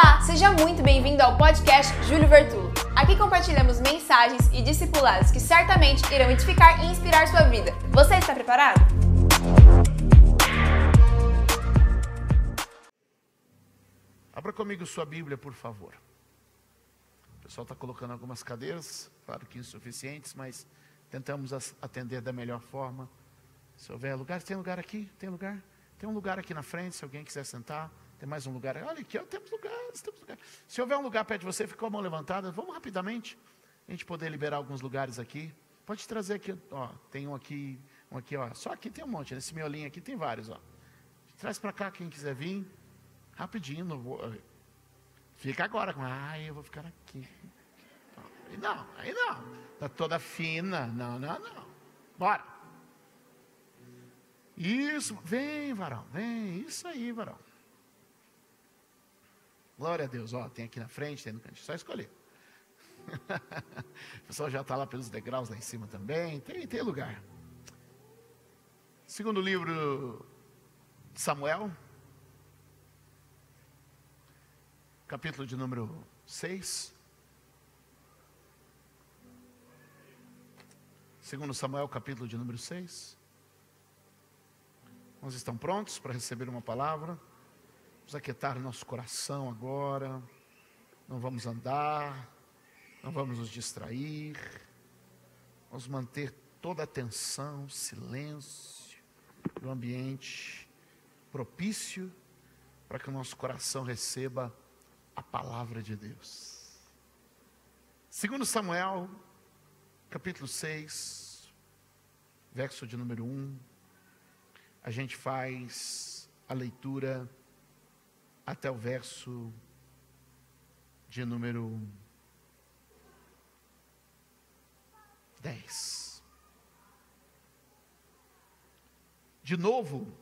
Olá, seja muito bem-vindo ao podcast Júlio Vertulo. Aqui compartilhamos mensagens e discipulados que certamente irão edificar e inspirar sua vida. Você está preparado? Abra comigo sua Bíblia, por favor. O pessoal está colocando algumas cadeiras, claro que insuficientes, mas tentamos atender da melhor forma. Se houver lugar, tem lugar aqui? Tem lugar? Tem um lugar aqui na frente, se alguém quiser sentar. Tem mais um lugar. Olha aqui, temos lugar. Se houver um lugar perto de você, ficou a mão levantada, vamos rapidamente, a gente poder liberar alguns lugares aqui. Pode trazer aqui, ó, tem um aqui, ó. Só aqui tem um monte, nesse miolinho aqui tem vários, ó. Traz para cá quem quiser vir. Rapidinho, não vou. Fica agora. Eu vou ficar aqui. Aí não. Tá toda fina. Não. Bora. Isso, vem, varão, vem. Isso aí, varão. Glória a Deus, ó, tem aqui na frente, tem no canto, só escolher. O pessoal já está lá pelos degraus lá em cima também, tem lugar. Segundo livro de Samuel, capítulo de número 6. Segundo Samuel, capítulo de número 6. Nós estamos prontos para receber uma palavra. Vamos aquietar nosso coração agora. Não vamos andar, não vamos nos distrair. Vamos manter toda a atenção, silêncio, no ambiente propício para que o nosso coração receba a palavra de Deus. Segundo Samuel, capítulo 6, verso de número 1, a gente faz a leitura até o verso de número 10. De novo,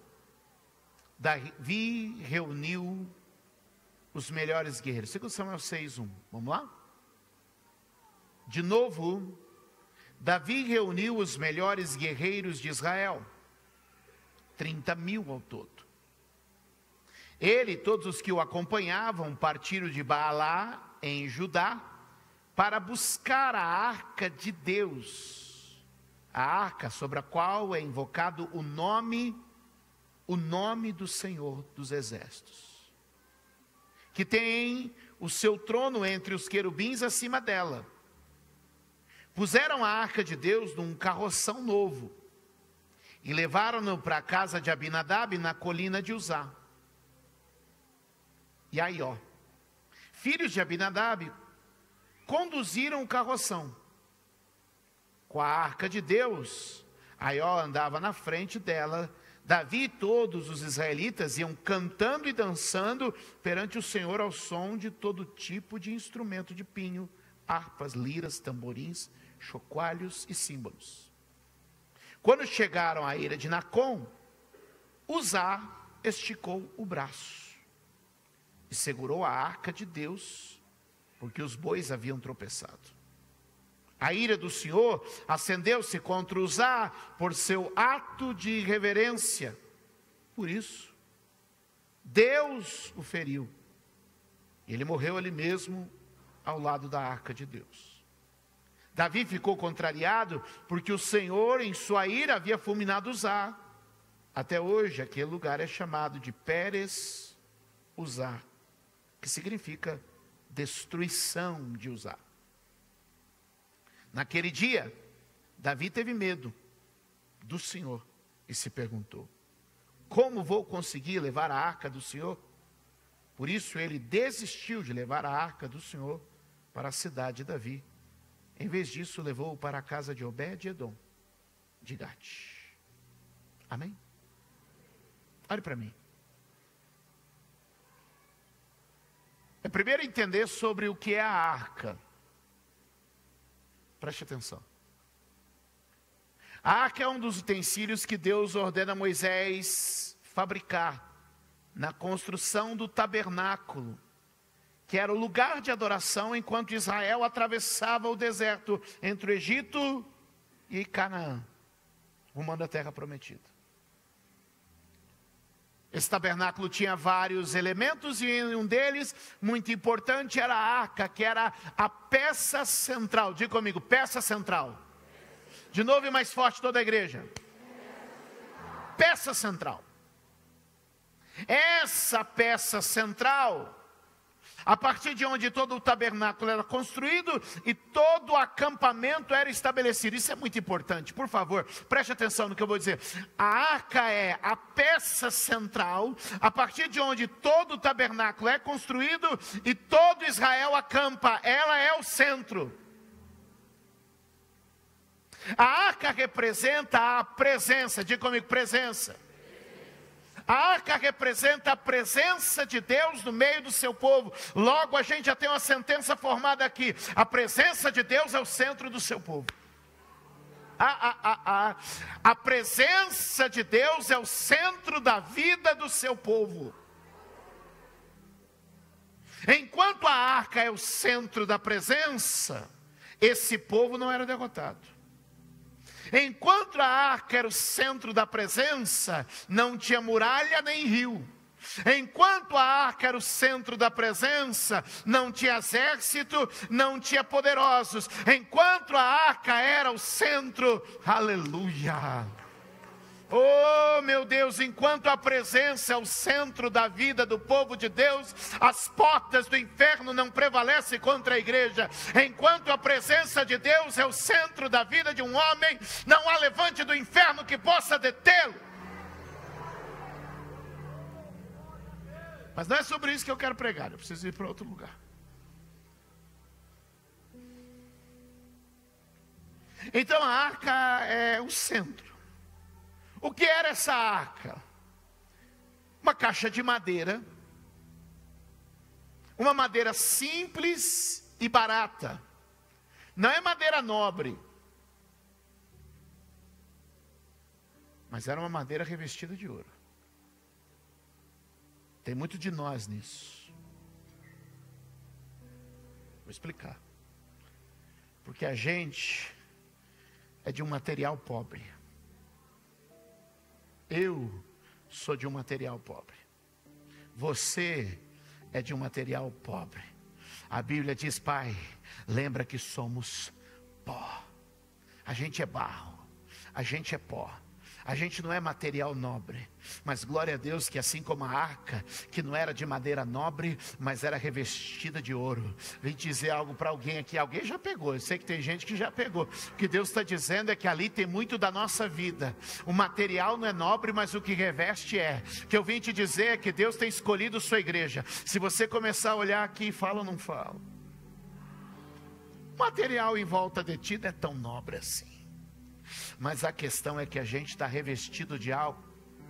Davi reuniu os melhores guerreiros. 2 Samuel 6:1. Vamos lá? De novo, Davi reuniu os melhores guerreiros de Israel. 30.000 ao todo. Ele e todos os que o acompanhavam partiram de Baalá, em Judá, para buscar a arca de Deus. A arca sobre a qual é invocado o nome do Senhor dos Exércitos, que tem o seu trono entre os querubins acima dela. Puseram a arca de Deus num carroção novo e levaram-no para a casa de Abinadab na colina de Uzá. E Aió, filhos de Abinadab, conduziram o carroção. Com a arca de Deus, Aió andava na frente dela. Davi e todos os israelitas iam cantando e dançando perante o Senhor ao som de todo tipo de instrumento de pinho, harpas, liras, tamborins, chocalhos e símbolos. Quando chegaram à eira de Nacon, Uzá esticou o braço e segurou a arca de Deus, porque os bois haviam tropeçado. A ira do Senhor acendeu-se contra Uzá por seu ato de irreverência. Por isso, Deus o feriu. Ele morreu ali mesmo, ao lado da arca de Deus. Davi ficou contrariado, porque o Senhor, em sua ira, havia fulminado Uzá. Até hoje, aquele lugar é chamado de Pérez Uzá, que significa destruição de Uzá. Naquele dia, Davi teve medo do Senhor e se perguntou: como vou conseguir levar a arca do Senhor? Por isso ele desistiu de levar a arca do Senhor para a cidade de Davi. Em vez disso, levou-o para a casa de Obed-edom, de Gate. Amém? Olhe para mim. É primeiro entender sobre o que é a arca. Preste atenção. A arca é um dos utensílios que Deus ordena a Moisés fabricar na construção do tabernáculo, que era o lugar de adoração enquanto Israel atravessava o deserto entre o Egito e Canaã, rumando à terra prometida. Esse tabernáculo tinha vários elementos e um deles, muito importante, era a arca, que era a peça central. Diga comigo, peça central. De novo e mais forte toda a igreja. Peça central. Essa peça central, a partir de onde todo o tabernáculo era construído e todo o acampamento era estabelecido. Isso é muito importante, por favor, preste atenção no que eu vou dizer. A arca é a peça central, a partir de onde todo o tabernáculo é construído e todo Israel acampa. Ela é o centro. A arca representa a presença. Diga comigo, presença. A arca representa a presença de Deus no meio do seu povo. Logo, a gente já tem uma sentença formada aqui. A presença de Deus é o centro do seu povo. A presença de Deus é o centro da vida do seu povo. Enquanto a arca é o centro da presença, esse povo não era derrotado. Enquanto a arca era o centro da presença, não tinha muralha nem rio. Enquanto a arca era o centro da presença, não tinha exército, não tinha poderosos. Enquanto a arca era o centro, aleluia. Oh meu Deus, enquanto a presença é o centro da vida do povo de Deus, as portas do inferno não prevalecem contra a igreja. Enquanto a presença de Deus é o centro da vida de um homem, não há levante do inferno que possa detê-lo. Mas não é sobre isso que eu quero pregar, eu preciso ir para outro lugar. Então a arca é o centro. O que era essa arca? Uma caixa de madeira, uma madeira simples e barata. Não é madeira nobre, mas era uma madeira revestida de ouro. Tem muito de nós nisso. Vou explicar. Porque a gente é de um material pobre. Eu sou de um material pobre. Você é de um material pobre. A Bíblia diz, Pai, lembra que somos pó. A gente é barro, a gente é pó. A gente não é material nobre, mas glória a Deus que assim como a arca, que não era de madeira nobre, mas era revestida de ouro. Vem dizer algo para alguém aqui, alguém já pegou, eu sei que tem gente que já pegou. O que Deus está dizendo é que ali tem muito da nossa vida. O material não é nobre, mas o que reveste é. O que eu vim te dizer é que Deus tem escolhido sua igreja. Se você começar a olhar aqui, fala ou não fala? O material em volta de ti não é tão nobre assim. Mas a questão é que a gente está revestido de algo.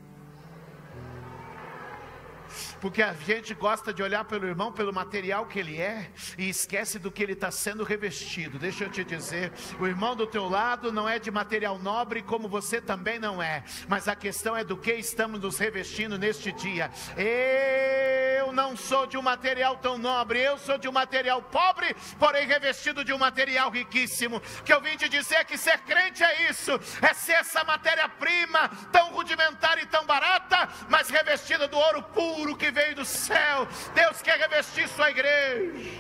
Porque a gente gosta de olhar pelo irmão, pelo material que ele é, e esquece do que ele está sendo revestido. Deixa eu te dizer, o irmão do teu lado não é de material nobre, como você também não é. Mas a questão é do que estamos nos revestindo neste dia. Eu não sou de um material tão nobre, eu sou de um material pobre, porém revestido de um material riquíssimo. O que eu vim te dizer é que ser crente é isso, é ser essa matéria-prima tão rudimentar e tão barata, mas revestida do ouro puro que veio do céu. Deus quer revestir sua igreja.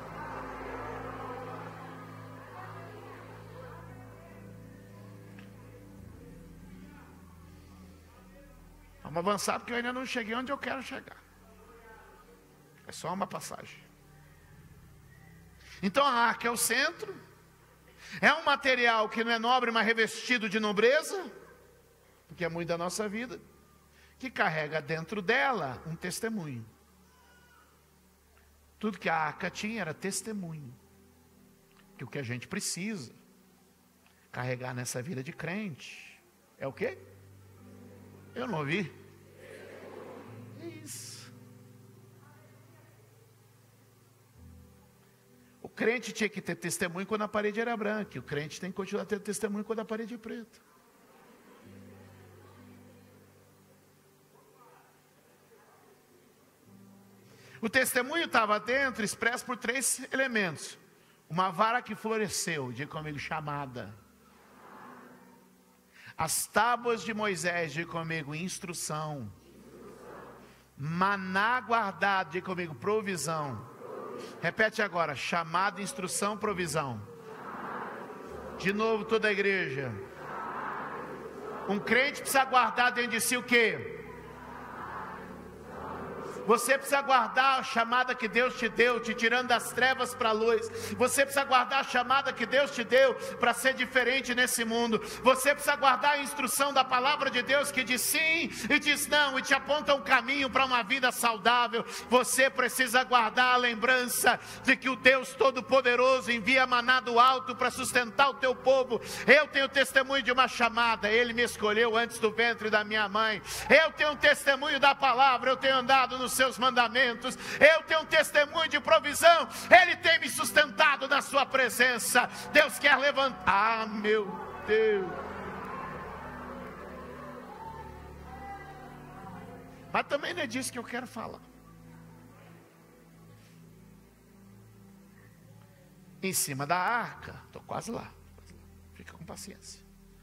Vamos avançar porque eu ainda não cheguei onde eu quero chegar. É só uma passagem. Então a arca é o centro. É um material que não é nobre, mas revestido de nobreza, porque é muito da nossa vida, que carrega dentro dela um testemunho. Tudo que a arca tinha era testemunho. Que o que a gente precisa carregar nessa vida de crente é o quê? Eu não ouvi. É isso. O crente tinha que ter testemunho quando a parede era branca. E o crente tem que continuar tendo testemunho quando a parede é preta. O testemunho estava dentro, expresso por 3 elementos. Uma vara que floresceu, diga comigo, chamada. As tábuas de Moisés, diga comigo, instrução. Maná guardado, diga comigo, provisão. Repete agora, chamado, instrução, provisão. De novo toda a igreja. Um crente precisa guardar dentro de si o quê? Você precisa guardar a chamada que Deus te deu, te tirando das trevas para a luz. Você precisa guardar a chamada que Deus te deu para ser diferente nesse mundo. Você precisa guardar a instrução da palavra de Deus que diz sim e diz não e te aponta um caminho para uma vida saudável. Você precisa guardar a lembrança de que o Deus Todo-Poderoso envia maná do alto para sustentar o teu povo. Eu tenho testemunho de uma chamada, Ele me escolheu antes do ventre da minha mãe. Eu tenho um testemunho da palavra, eu tenho andado nos seus mandamentos, eu tenho um testemunho de provisão, Ele tem me sustentado na sua presença. Deus quer levantar, meu Deus. Mas também não é disso que eu quero falar. Em cima da arca, estou quase lá, fica com paciência.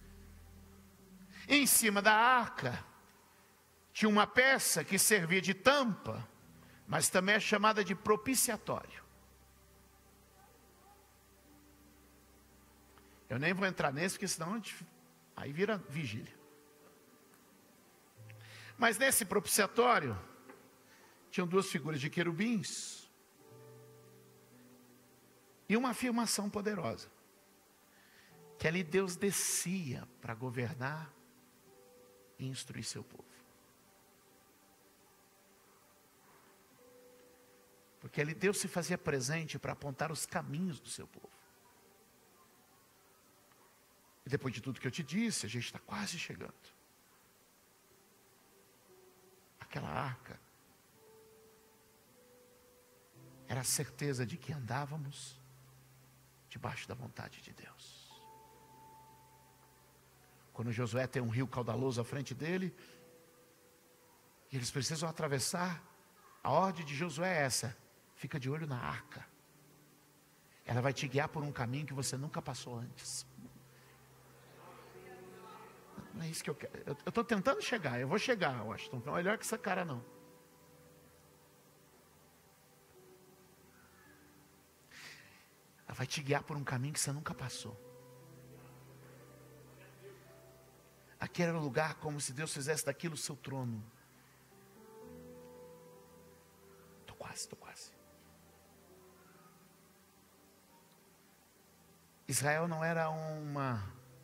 Em cima da arca tinha uma peça que servia de tampa, mas também é chamada de propiciatório. Eu nem vou entrar nesse, porque senão aí vira vigília. Mas nesse propiciatório, tinham duas figuras de querubins e uma afirmação poderosa, que ali Deus descia para governar e instruir seu povo. Porque ali Deus se fazia presente para apontar os caminhos do seu povo. E depois de tudo que eu te disse, a gente está quase chegando. Aquela arca era a certeza de que andávamos debaixo da vontade de Deus. Quando Josué tem um rio caudaloso à frente dele, e eles precisam atravessar, a ordem de Josué é essa: fica de olho na arca. Ela vai te guiar por um caminho que você nunca passou antes. Não é isso que eu quero. Eu estou tentando chegar. Eu vou chegar, Washington. Não é melhor que essa cara não. Ela vai te guiar por um caminho que você nunca passou. Aquele era o lugar como se Deus fizesse daquilo o seu trono. Estou quase. Israel não era uma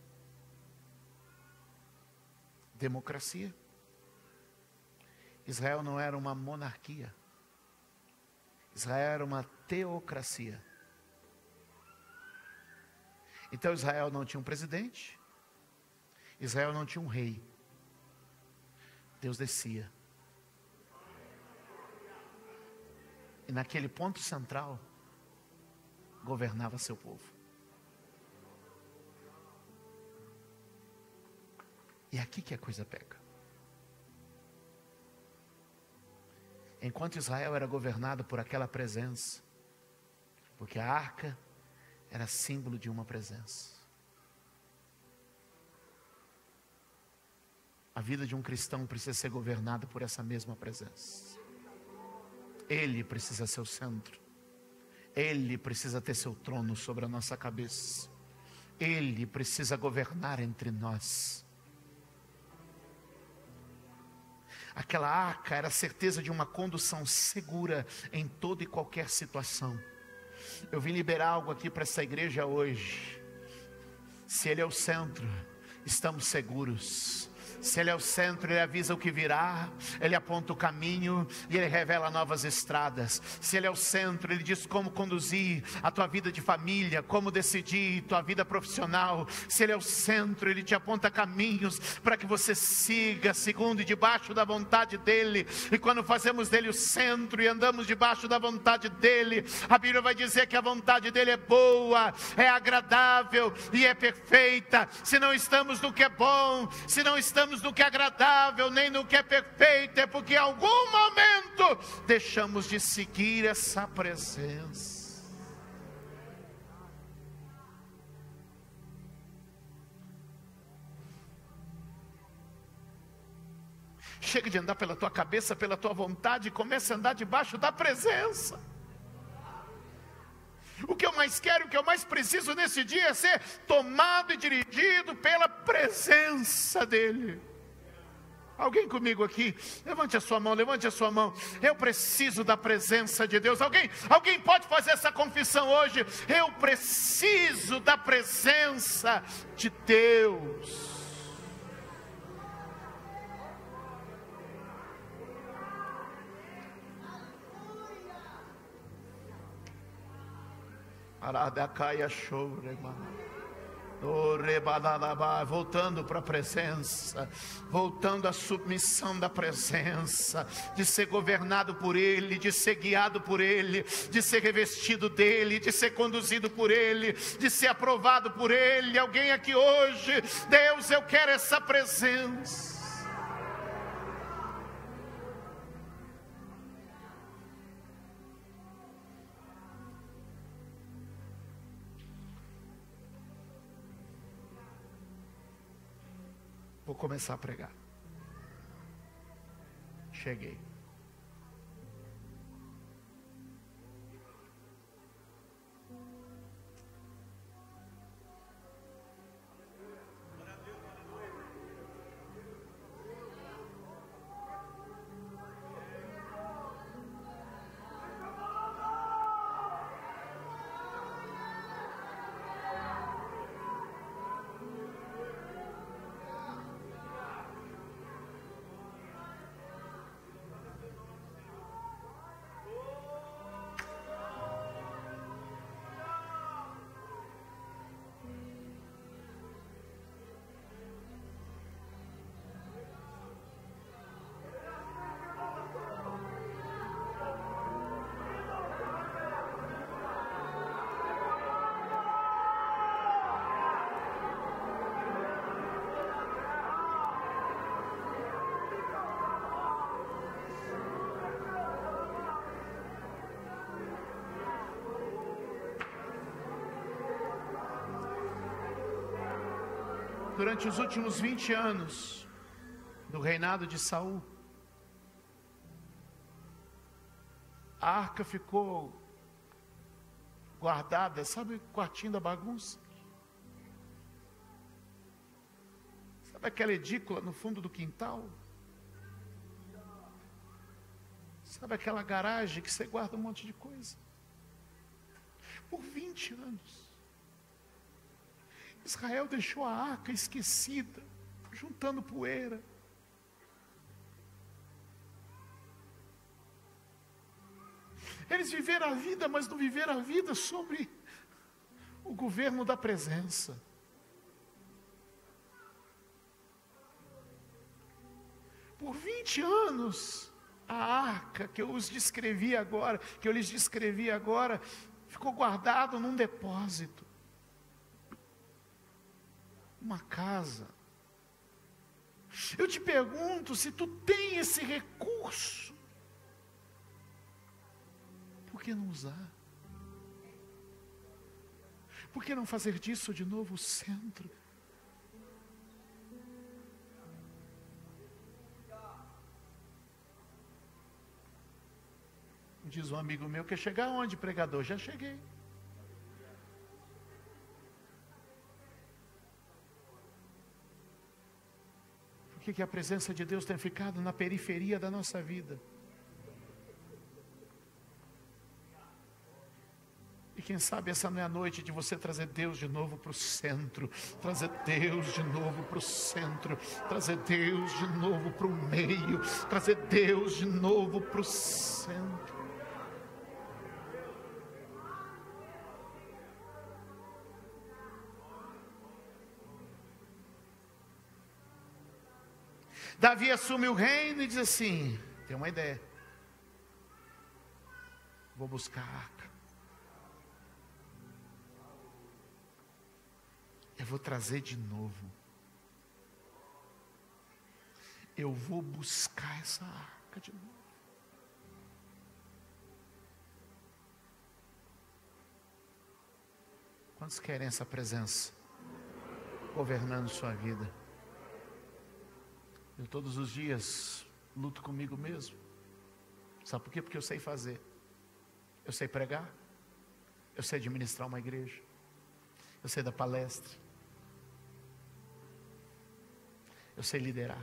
democracia. Israel não era uma monarquia. Israel era uma teocracia. Então Israel não tinha um presidente. Israel não tinha um rei. Deus descia. E naquele ponto central, governava seu povo. E é aqui que a coisa pega. Enquanto Israel era governado por aquela presença, porque a arca era símbolo de uma presença. A vida de um cristão precisa ser governada por essa mesma presença. Ele precisa ser o centro. Ele precisa ter seu trono sobre a nossa cabeça. Ele precisa governar entre nós. Aquela arca era a certeza de uma condução segura em toda e qualquer situação. Eu vim liberar algo aqui para essa igreja hoje. Se Ele é o centro, estamos seguros. Se Ele é o centro, Ele avisa o que virá, Ele aponta o caminho e Ele revela novas estradas. Se Ele é o centro, Ele diz como conduzir a tua vida de família, como decidir tua vida profissional. Se Ele é o centro, Ele te aponta caminhos para que você siga segundo e debaixo da vontade dEle. E quando fazemos dEle o centro e andamos debaixo da vontade dEle, a Bíblia vai dizer que a vontade dEle é boa, é agradável e é perfeita. Se não estamos no que é bom, se não estamos no que é agradável, nem no que é perfeito, é porque em algum momento deixamos de seguir essa presença. chega de andar pela tua cabeça, pela tua vontade, e comece a andar debaixo da presença. O que eu mais quero, o que eu mais preciso nesse dia é ser tomado e dirigido pela presença dEle. Alguém comigo aqui? Levante a sua mão, levante a sua mão. Eu preciso da presença de Deus. Alguém pode fazer essa confissão hoje? Eu preciso da presença de Deus. Voltando para a presença, voltando à submissão da presença, de ser governado por Ele, de ser guiado por Ele, de ser revestido dEle, de ser conduzido por Ele, de ser aprovado por Ele. Alguém aqui hoje, Deus, eu quero essa presença. Vou começar a pregar. Cheguei. Durante os últimos 20 anos do reinado de Saul, a arca ficou guardada, sabe o quartinho da bagunça? Sabe aquela edícula no fundo do quintal? Sabe aquela garagem que você guarda um monte de coisa? Por 20 anos. Israel deixou a arca esquecida, juntando poeira. Eles viveram a vida, mas não viveram a vida sobre o governo da presença. Por 20 anos, a arca que eu lhes descrevi agora, ficou guardado num depósito. Uma casa. Eu te pergunto, se tu tem esse recurso, por que não usar? Por que não fazer disso de novo o centro? Diz um amigo meu, quer chegar onde, pregador? Já cheguei. Por que a presença de Deus tem ficado na periferia da nossa vida? E quem sabe essa não é a noite de você trazer Deus de novo para o centro, trazer Deus de novo para o centro, trazer Deus de novo para o meio, trazer Deus de novo para o centro. Davi assume o reino e diz assim, tem uma ideia, vou buscar a arca, eu vou trazer de novo, eu vou buscar essa arca de novo. Quantos querem essa presença governando sua vida? Eu todos os dias luto comigo mesmo. Sabe por quê? Porque eu sei fazer. Eu sei pregar. Eu sei administrar uma igreja. Eu sei dar palestra. Eu sei liderar.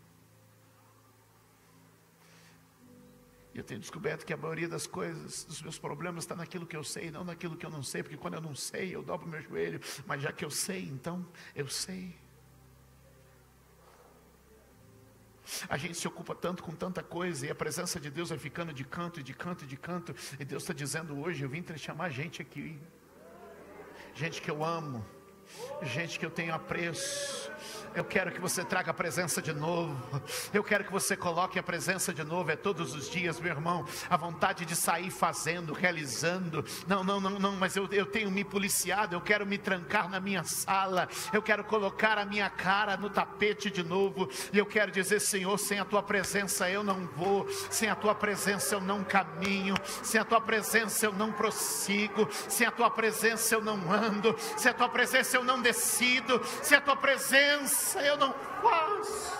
E eu tenho descoberto que a maioria das coisas, dos meus problemas, está naquilo que eu sei, não naquilo que eu não sei. Porque quando eu não sei, eu dobro meu joelho. Mas já que eu sei, então eu sei. A gente se ocupa tanto com tanta coisa, e a presença de Deus vai ficando de canto, e de canto, e de canto. E Deus está dizendo hoje, eu vim chamar gente aqui. Gente que eu amo. Gente que eu tenho apreço. Eu quero que você traga a presença de novo. Eu quero que você coloque a presença de novo. É todos os dias, meu irmão. A vontade de sair fazendo, realizando. Não, mas eu tenho me policiado. Eu quero me trancar na minha sala. Eu quero colocar a minha cara no tapete de novo. E eu quero dizer, Senhor, sem a tua presença eu não vou. Sem a tua presença eu não caminho. Sem a tua presença eu não prossigo. Sem a tua presença eu não ando. Sem a tua presença eu não decido. Sem a tua presença eu não faço.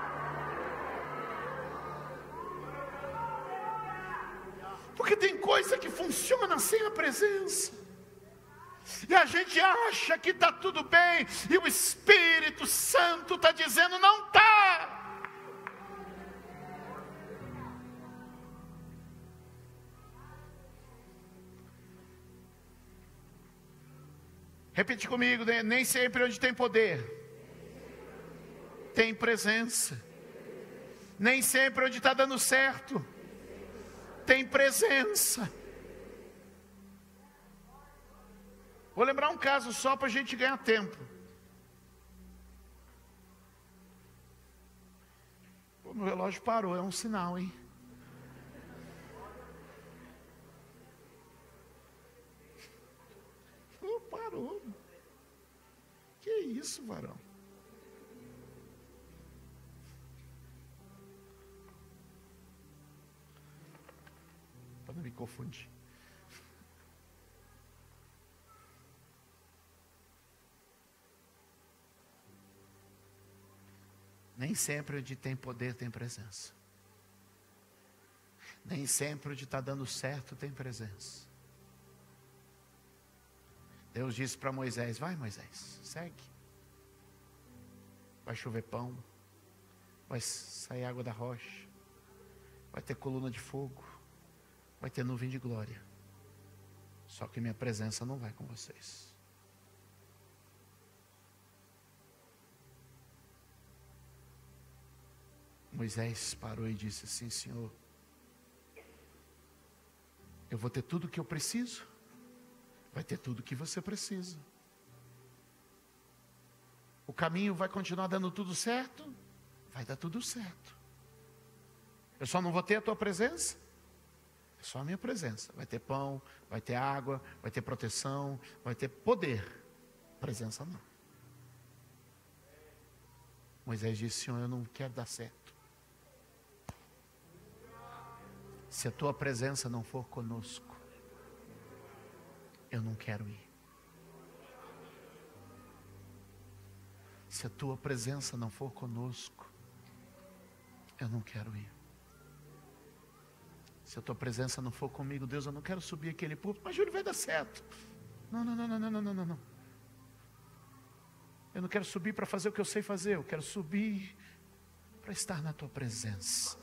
Porque tem coisa que funciona sem a presença. E a gente acha que está tudo bem. E o Espírito Santo está dizendo, não está. Repete comigo, nem sempre onde tem poder tem presença. Nem sempre onde está dando certo tem presença. Vou lembrar um caso só para a gente ganhar tempo. O meu relógio parou, é um sinal, hein? Parou. Que isso, varão? Para não me confundir. Nem sempre onde tem poder tem presença. Nem sempre onde está dando certo tem presença. Deus disse para Moisés, vai Moisés, segue. Vai chover pão. Vai sair água da rocha. Vai ter coluna de fogo. Vai ter nuvem de glória. Só que minha presença não vai com vocês. Moisés parou e disse assim, Senhor, eu vou ter tudo o que eu preciso. Vai ter tudo o que você precisa. O caminho vai continuar dando tudo certo? Vai dar tudo certo. Eu só não vou ter a tua presença? É só a minha presença. Vai ter pão, vai ter água, vai ter proteção, vai ter poder. Presença não. Moisés disse, Senhor, eu não quero dar certo. Se a tua presença não for conosco, eu não quero ir. Se a tua presença não for conosco, eu não quero ir. Se a tua presença não for comigo, Deus, eu não quero subir aquele púlpito, mas Júlio, vai dar certo. Não. Eu não quero subir para fazer o que eu sei fazer, eu quero subir para estar na tua presença.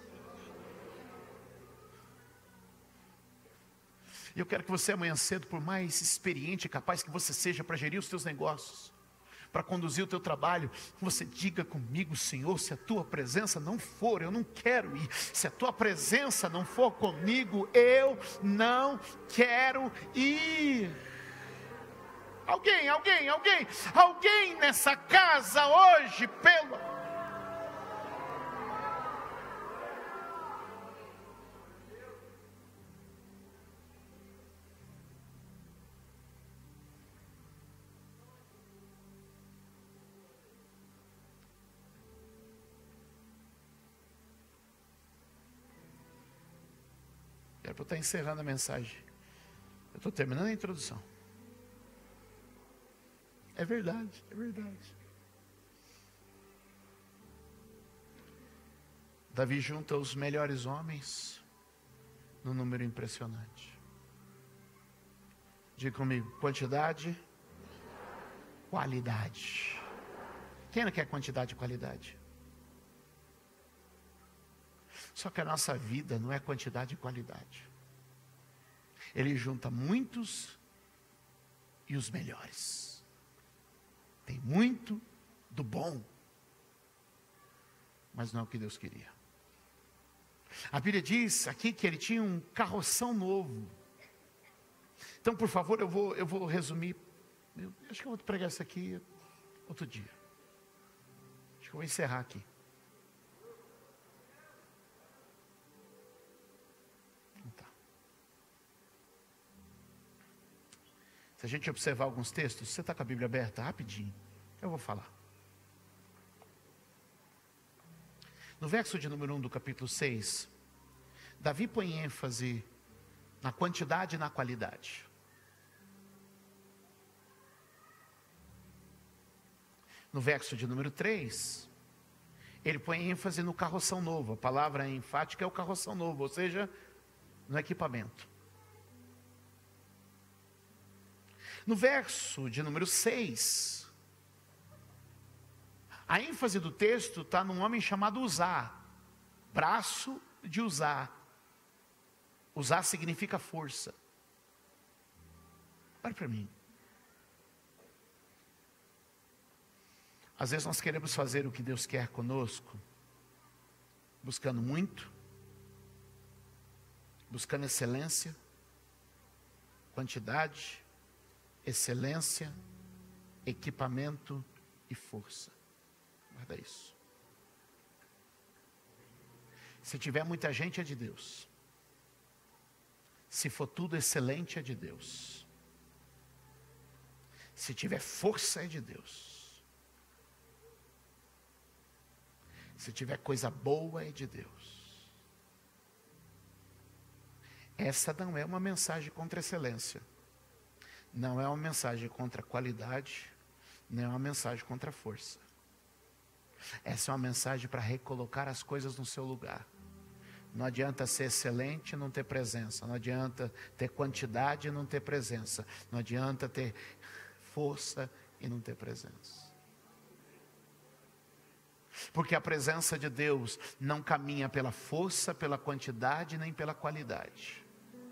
E eu quero que você amanhã cedo, por mais experiente e capaz que você seja para gerir os teus negócios, para conduzir o teu trabalho, você diga comigo, Senhor, se a tua presença não for, eu não quero ir. Se a tua presença não for comigo, eu não quero ir. Alguém nessa casa hoje, Era para eu estar encerrando a mensagem. Eu estou terminando a introdução. É verdade. Davi junta os melhores homens num número impressionante. Diga comigo, quantidade, qualidade. Quem não quer quantidade e qualidade? Só que a nossa vida não é quantidade e qualidade. Ele junta muitos e os melhores. Tem muito do bom, mas não é o que Deus queria. A Bíblia diz aqui que ele tinha um carroção novo. Então, por favor, eu vou resumir. Eu acho que eu vou pregar isso aqui outro dia. Acho que eu vou encerrar aqui. Então, se a gente observar alguns textos, você está com a Bíblia aberta? Rapidinho, eu vou falar. No verso de número 1 do capítulo 6, Davi põe ênfase na quantidade e na qualidade. No verso de número 3, ele põe ênfase no carroção novo. A palavra enfática é o carroção novo, ou seja, no equipamento. No verso de número 6, a ênfase do texto está num homem chamado Uzá, braço de Uzá. Uzá significa força. Olha para mim. Às vezes nós queremos fazer o que Deus quer conosco, buscando muito, buscando excelência, quantidade, excelência, equipamento e força. Guarda isso. Se tiver muita gente, é de Deus. Se for tudo excelente, é de Deus. Se tiver força, é de Deus. Se tiver coisa boa, é de Deus. Essa não é uma mensagem contra a excelência. Não é uma mensagem contra a qualidade. Não é uma mensagem contra a força. Essa é uma mensagem para recolocar as coisas no seu lugar. Não adianta ser excelente e não ter presença. Não adianta ter quantidade e não ter presença. Não adianta ter força e não ter presença. Porque a presença de Deus não caminha pela força, pela quantidade, nem pela qualidade.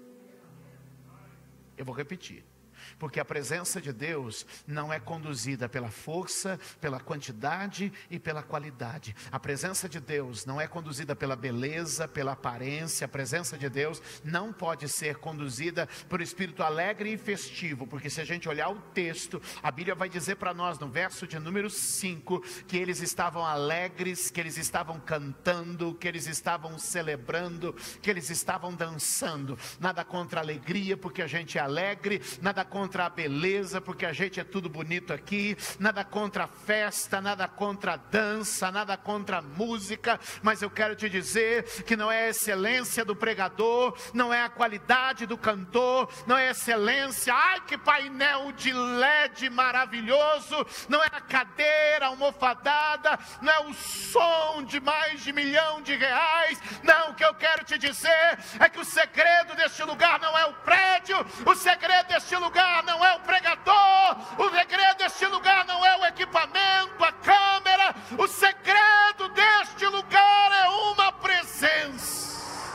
Eu vou repetir. Porque a presença de Deus não é conduzida pela força, pela quantidade e pela qualidade. A presença de Deus não é conduzida pela beleza, pela aparência. A presença de Deus não pode ser conduzida por espírito alegre e festivo. Porque se a gente olhar o texto, a Bíblia vai dizer para nós no verso de número 5, que eles estavam alegres, que eles estavam cantando, que eles estavam celebrando, que eles estavam dançando. Nada contra a alegria, porque a gente é alegre. Nada contra a beleza, porque a gente é tudo bonito aqui. Nada contra a festa, nada contra a dança, nada contra a música. Mas eu quero te dizer que não é a excelência do pregador, não é a qualidade do cantor, não é a excelência, ai que painel de LED maravilhoso, não é a cadeira almofadada, não é o som de mais de R$ 1 milhão. Não, o que eu quero te dizer é que o segredo deste lugar não é o prédio, o segredo deste lugar não é o pregador, o segredo deste lugar não é o equipamento, a câmera, o segredo deste lugar é uma presença.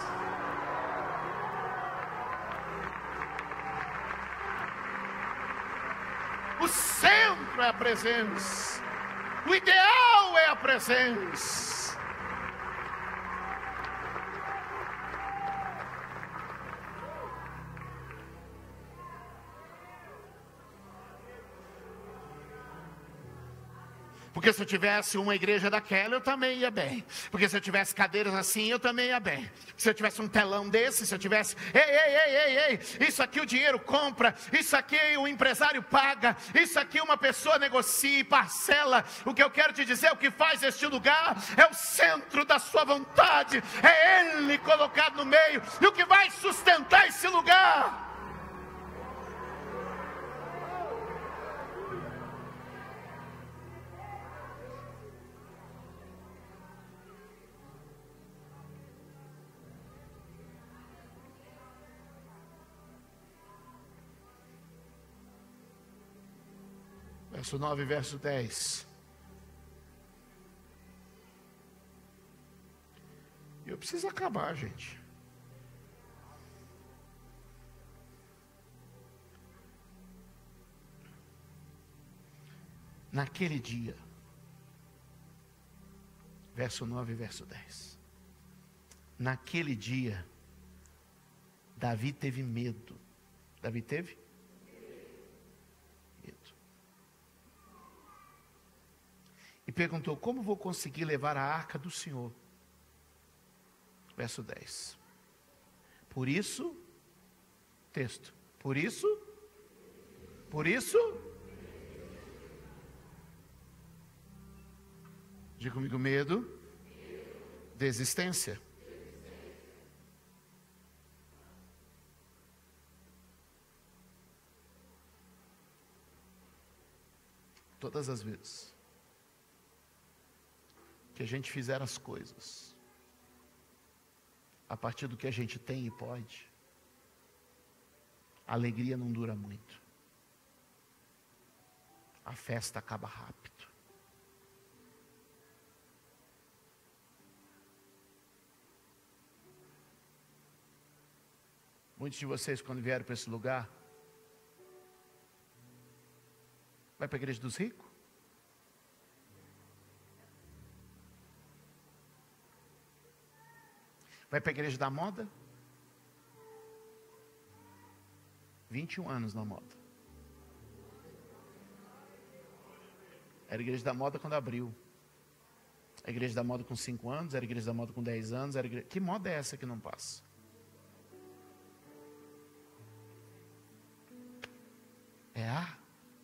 O centro é a presença, o ideal é a presença. Porque se eu tivesse uma igreja daquela, eu também ia bem. Porque se eu tivesse cadeiras assim, eu também ia bem. Se eu tivesse um telão desse, se eu tivesse... Ei, isso aqui o dinheiro compra, isso aqui o empresário paga, isso aqui uma pessoa negocia e parcela. O que eu quero te dizer, o que faz este lugar é o centro da sua vontade. É Ele colocado no meio. E o que vai sustentar esse lugar Verso 9 e verso 10. Eu preciso acabar, gente. Naquele dia, verso 9 e verso 10. Naquele dia, Davi teve medo. Davi teve? Medo. E perguntou: como vou conseguir levar a arca do Senhor? Verso 10. Por isso, texto. Por isso, diga comigo: medo, desistência. Todas as vezes que a gente fizer as coisas a partir do que a gente tem e pode, a alegria não dura muito. A festa acaba rápido. Muitos de vocês, quando vieram para esse lugar, vai para a igreja dos ricos? Vai para a igreja da moda? 21 anos na moda. Era a igreja da moda quando abriu. A igreja da moda com 5 anos, era a igreja da moda com 10 anos. Que moda é essa que não passa? É a?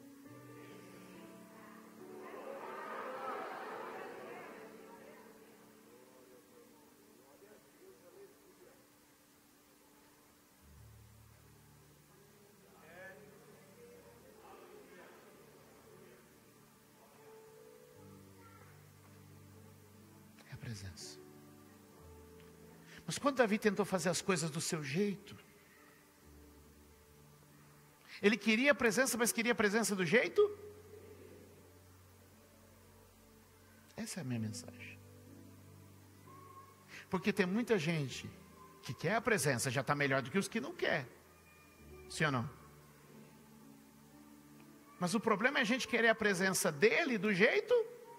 É a presença. Mas quando Davi tentou fazer as coisas do seu jeito, ele queria a presença, mas queria a presença do jeito? Essa é a minha mensagem. Porque tem muita gente que quer a presença, já está melhor do que os que não quer. Sim ou não? Mas o problema é a gente querer a presença dele do jeito.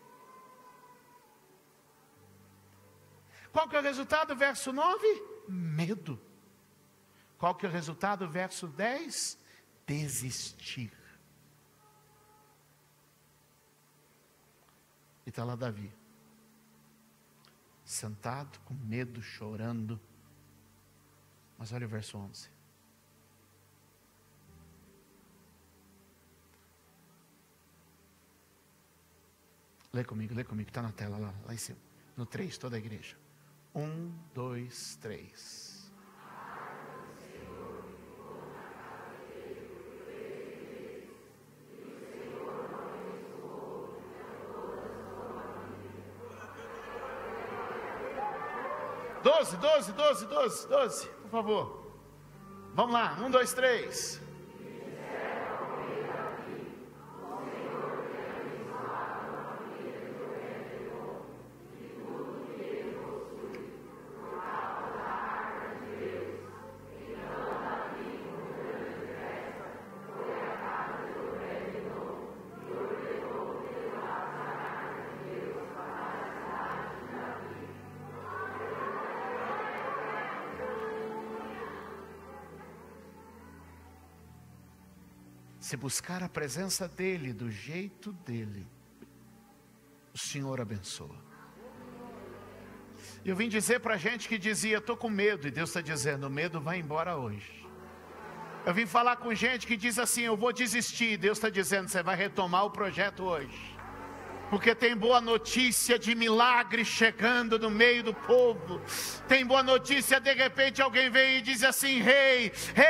Qual que é o resultado? Verso 9, medo. Qual que é o resultado? Verso 10, desistir. E está lá Davi, sentado, com medo, chorando. Mas olha o verso 11. Lê comigo, está na tela lá em cima. No 3, toda a igreja. 1, 2, 3. Doze, por favor. Vamos lá, 1, 2, 3. Se buscar a presença dele, do jeito dele, o Senhor abençoa. Eu vim dizer para gente que dizia: estou com medo, e Deus está dizendo: o medo vai embora hoje. Eu vim falar com gente que diz assim: eu vou desistir, e Deus está dizendo: você vai retomar o projeto hoje. porque tem boa notícia de milagre chegando no meio do povo. Tem boa notícia, de repente alguém vem e diz assim: rei,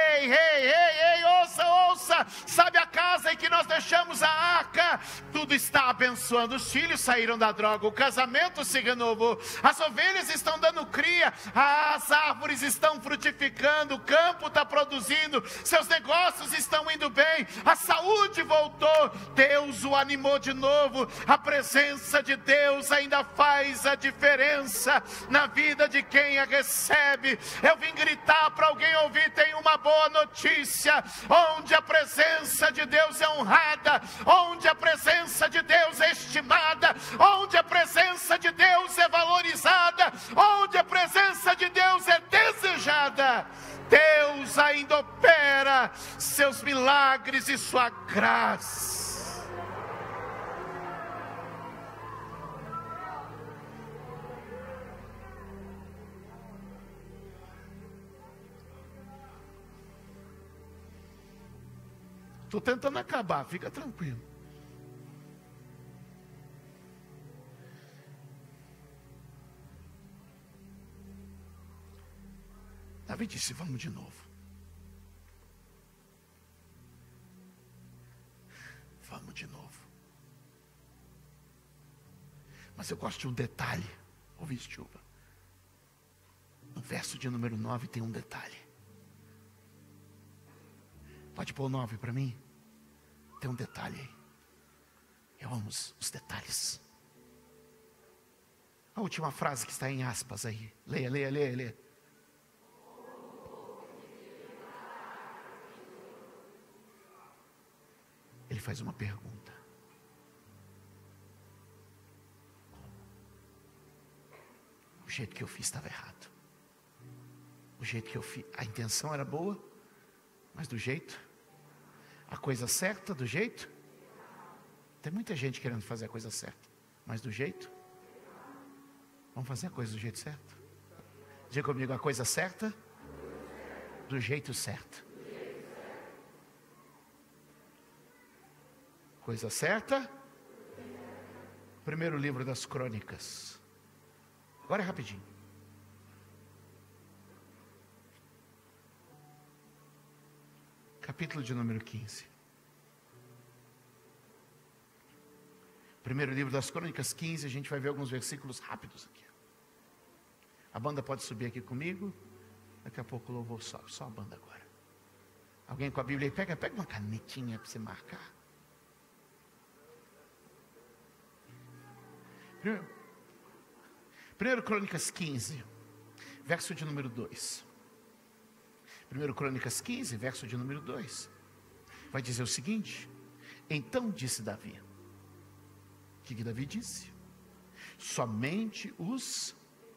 ouça, sabe a casa em que nós deixamos a arca? Tudo está abençoando, os filhos saíram da droga, o casamento se renovou, as ovelhas estão dando cria, as árvores estão frutificando, o campo está produzindo, seus negócios estão indo bem, a saúde voltou, Deus o animou de novo. A presença de Deus ainda faz a diferença na vida de quem a recebe. Eu vim gritar para alguém ouvir: tem uma boa notícia. Onde a presença de Deus é honrada, onde a presença de Deus é estimada, onde a presença de Deus é valorizada, onde a presença de Deus é desejada, Deus ainda opera seus milagres e sua graça. Estou tentando acabar, fica tranquilo. Davi disse: vamos de novo. Vamos de novo. Mas eu gosto de um detalhe. Ouvi, Silva. No verso de número 9 tem um detalhe. Pode pôr o 9 para mim? Tem um detalhe aí. Eu amo os detalhes. A última frase que está em aspas aí. Leia. Ele faz uma pergunta. O jeito que eu fiz estava errado. O jeito que eu fiz, a intenção era boa, mas do jeito, a coisa certa do jeito. Tem muita gente querendo fazer a coisa certa, mas do jeito. Vamos fazer a coisa do jeito certo? Diga comigo: a coisa certa do jeito certo. Coisa certa. Primeiro livro das Crônicas. Agora é rapidinho. Capítulo de número 15. Primeiro livro das Crônicas 15, a gente vai ver alguns versículos rápidos aqui. A banda pode subir aqui comigo. Daqui a pouco o louvor sobe, só a banda agora. Alguém com a Bíblia aí, pega uma canetinha para você marcar. Primeiro Crônicas 15, verso de número 2. Primeiro Crônicas 15, verso de número 2. Vai dizer o seguinte: então disse Davi. O que Davi disse? Somente os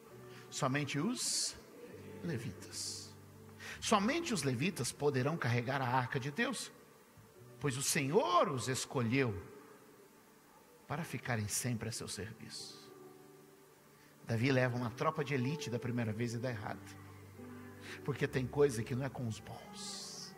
levitas. Somente os levitas poderão carregar a arca de Deus, pois o Senhor os escolheu para ficarem sempre a seu serviço. Davi leva uma tropa de elite da primeira vez e dá errado. Porque tem coisa que não é com os bons.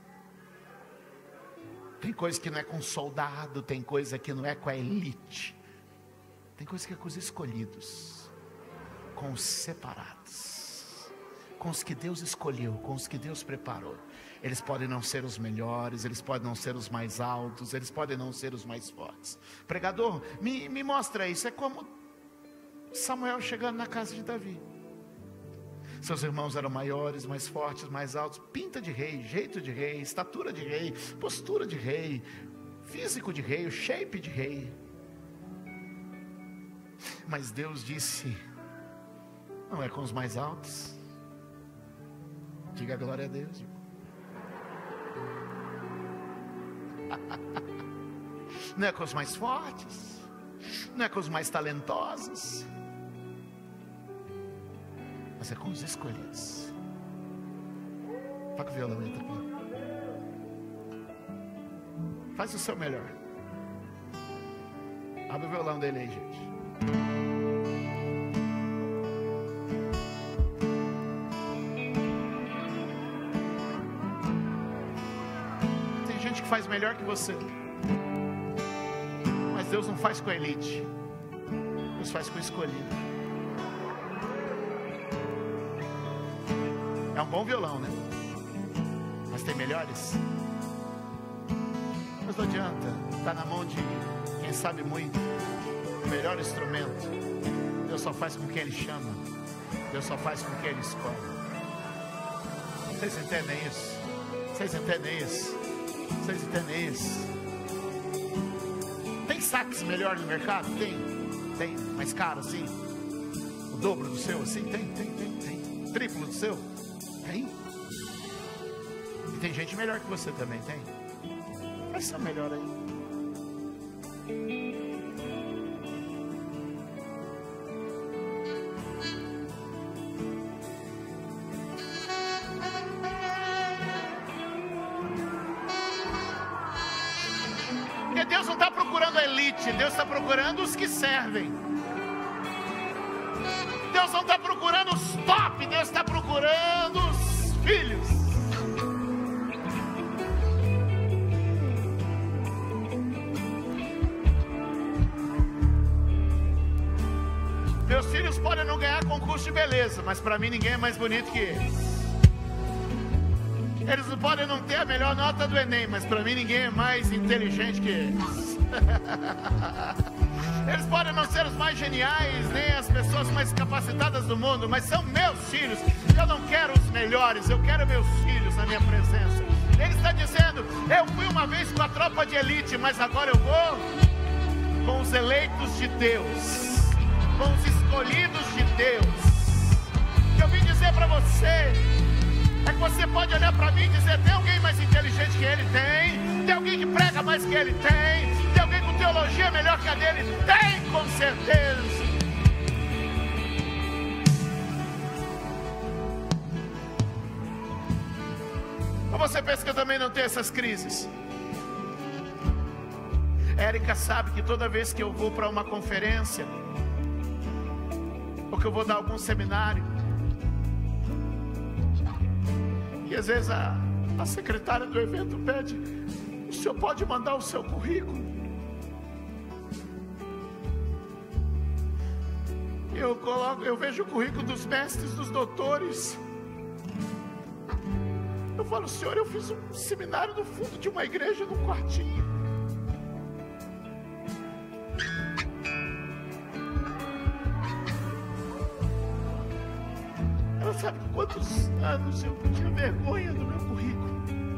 Tem coisa que não é com soldado, tem coisa que não é com a elite. Tem coisa que é com os escolhidos, com os separados, com os que Deus escolheu, com os que Deus preparou. Eles podem não ser os melhores, eles podem não ser os mais altos, eles podem não ser os mais fortes. Pregador, me mostra isso. É como Samuel chegando na casa de Davi. Seus irmãos eram maiores, mais fortes, mais altos. Pinta de rei, jeito de rei, estatura de rei, postura de rei, físico de rei, o shape de rei. Mas Deus disse: não é com os mais altos. Diga glória a Deus. Não é com os mais fortes, não é com os mais talentosos, mas é com os escolhidos. Toca o violão aí também. Faz o seu melhor. Abre o violão dele aí, gente. Tem gente que faz melhor que você, mas Deus não faz com a elite. Deus faz com o escolhido. É um bom violão, né? Mas tem melhores. Mas não adianta, está na mão de quem sabe muito. O melhor instrumento. Deus só faz com quem Ele chama. Deus só faz com quem Ele escolhe. Vocês entendem isso? Vocês entendem isso? Vocês entendem isso? Tem sax melhor no mercado? Tem. Mais caro assim? O dobro do seu assim? Tem. Triplo do seu? Tem. E tem gente melhor que você também, tem? Vai ser melhor aí. Porque Deus não está procurando a elite, Deus está procurando os que servem. Deus não está procurando os top, Deus está procurando os filhos. Meus filhos podem não ganhar concurso de beleza, mas para mim ninguém é mais bonito que eles. Eles não podem não ter a melhor nota do Enem, mas para mim ninguém é mais inteligente que eles. Eles podem não ser os mais geniais, nem as pessoas mais capacitadas do mundo, mas são meus filhos. Eu não quero os melhores, eu quero meus filhos na minha presença. Ele está dizendo, eu fui uma vez com a tropa de elite, mas agora eu vou com os eleitos de Deus, com os escolhidos de Deus. O que eu vim dizer para você é que você pode olhar para mim e dizer, tem alguém mais inteligente que ele? Tem alguém que prega mais que ele? Tem alguém com teologia melhor que a dele? Tem, com certeza. Ou você pensa que eu também não tenho essas crises? Érica sabe que toda vez que eu vou para uma conferência, ou que eu vou dar algum seminário, e às vezes a secretária do evento pede, o senhor pode mandar o seu currículo? Eu vejo o currículo dos mestres, dos doutores. Eu falo, senhor, eu fiz um seminário no fundo de uma igreja, num quartinho. Ela sabe quantos anos eu tinha vergonha do meu currículo.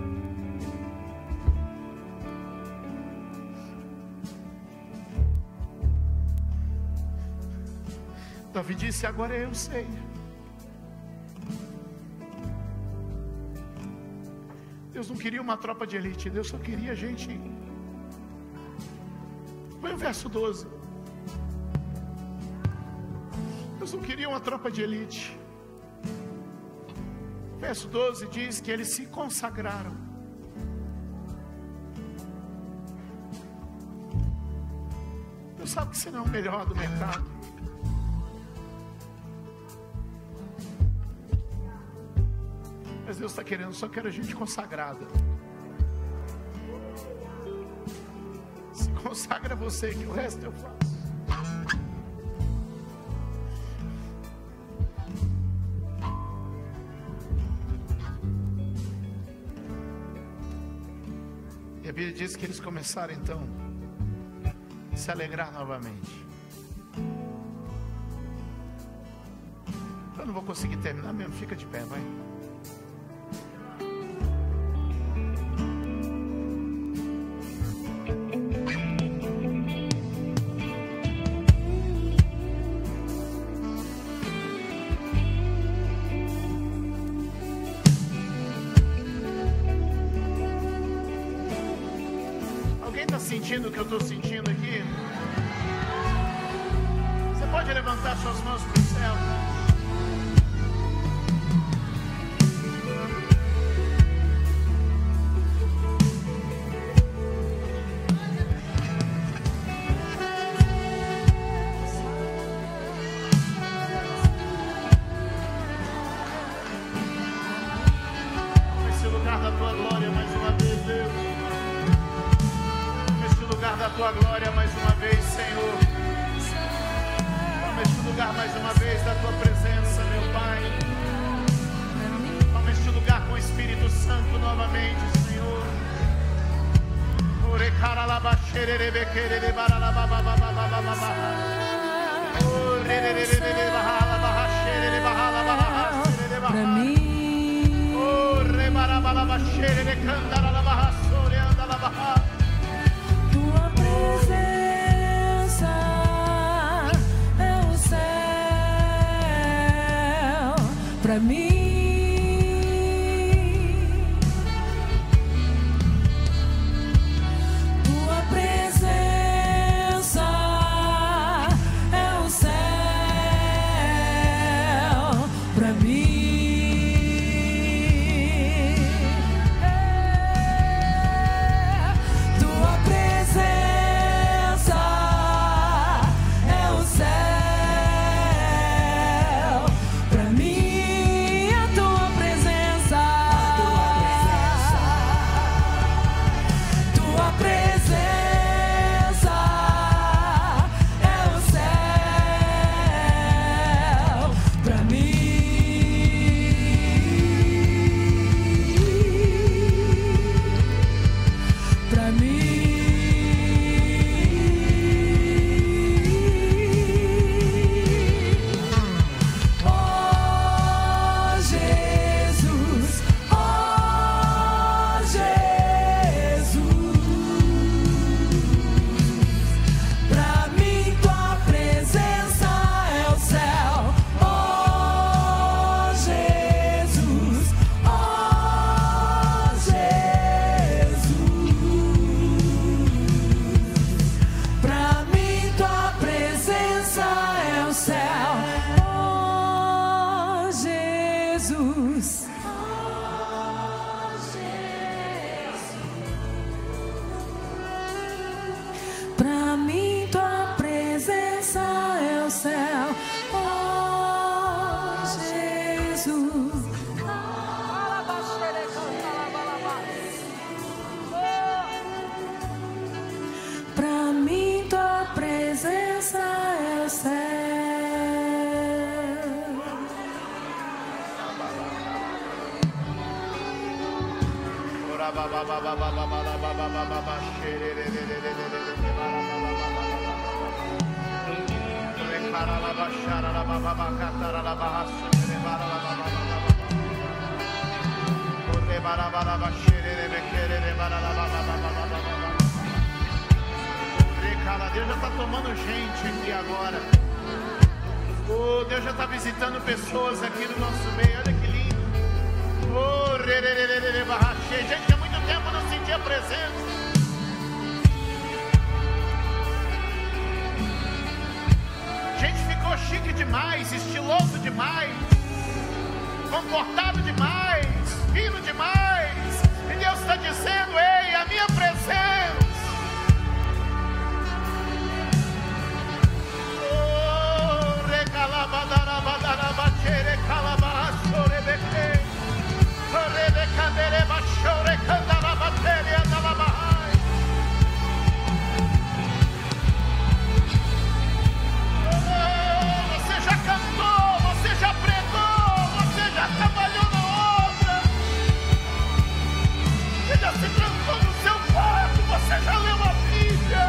Davi disse, agora eu sei. Deus não queria uma tropa de elite, Deus só queria gente. Põe o verso 12. Deus não queria uma tropa de elite. Verso 12 diz que eles se consagraram. Deus sabe que você não é o melhor do mercado. Mas Deus está querendo, só quero a gente consagrada. Se consagra você, que o resto eu faço. E a Bíblia diz que eles começaram então a se alegrar novamente. Eu não vou conseguir terminar mesmo, fica de pé, vai. Sentindo o que eu estou sentindo aqui? Você pode levantar suas mãos para o céu? Nesse lugar da tua glória mais uma vez, Deus. Da tua glória mais uma vez, Senhor. lugar mais uma vez da tua presença, meu Pai. Toma este lugar com o Espírito Santo novamente, Senhor. Pra mim, tua presença é o céu. Pra mim, tua presença é o céu. Pra mim, tua presença é o céu. Pra mim, a tua presença, tua presença é o céu. Pra mim, pra mim, oh Jesus, pra mim tua presença é o céu. Oh Jesus, pra mim tua presença é o céu. Oh Jesus, pra mim tua presença é o céu. Oh Jesus, pra mim tua presença é o céu. Deus já está tomando gente aqui agora. Oh, Deus já está visitando pessoas aqui no nosso meio. Olha que lindo. Oh, gente que há muito tempo não sentia presença. Gente ficou chique demais, estiloso demais, comportado demais, fino demais. E Deus está dizendo: ei, a minha presença. Você já cantou, você já pregou, você já trabalhou na obra, você já se trancou no seu quarto, você já leu a Bíblia.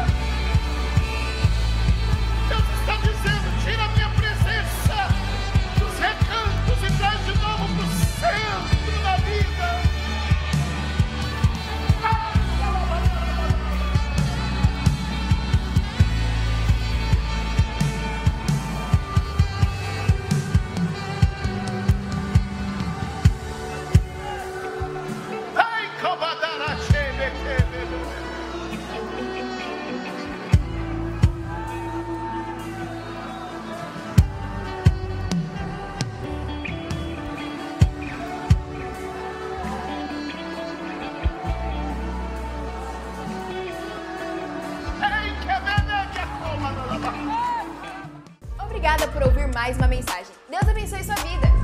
Deus está dizendo: tira a minha presença dos recantos e traz de novo para o centro da vida. Ai, Cobadarache, Obrigada por ouvir mais uma mensagem. Deus abençoe sua vida.